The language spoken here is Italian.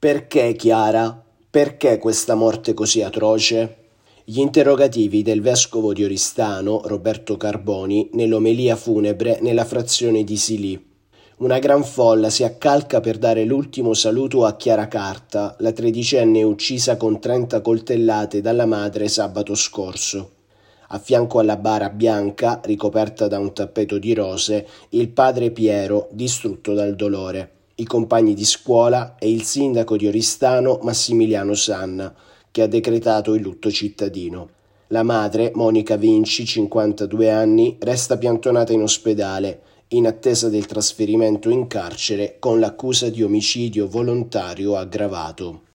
Perché, Chiara? Perché questa morte così atroce? Gli interrogativi del vescovo di Oristano, Roberto Carboni, nell'omelia funebre nella frazione di Silì. Una gran folla si accalca per dare l'ultimo saluto a Chiara Carta, la tredicenne uccisa con 30 coltellate dalla madre sabato scorso. A fianco alla bara bianca, ricoperta da un tappeto di rose, il padre Piero, distrutto dal dolore, i compagni di scuola e il sindaco di Oristano Massimiliano Sanna, che ha decretato il lutto cittadino. La madre, Monica Vinci, 52 anni, resta piantonata in ospedale, in attesa del trasferimento in carcere con l'accusa di omicidio volontario aggravato.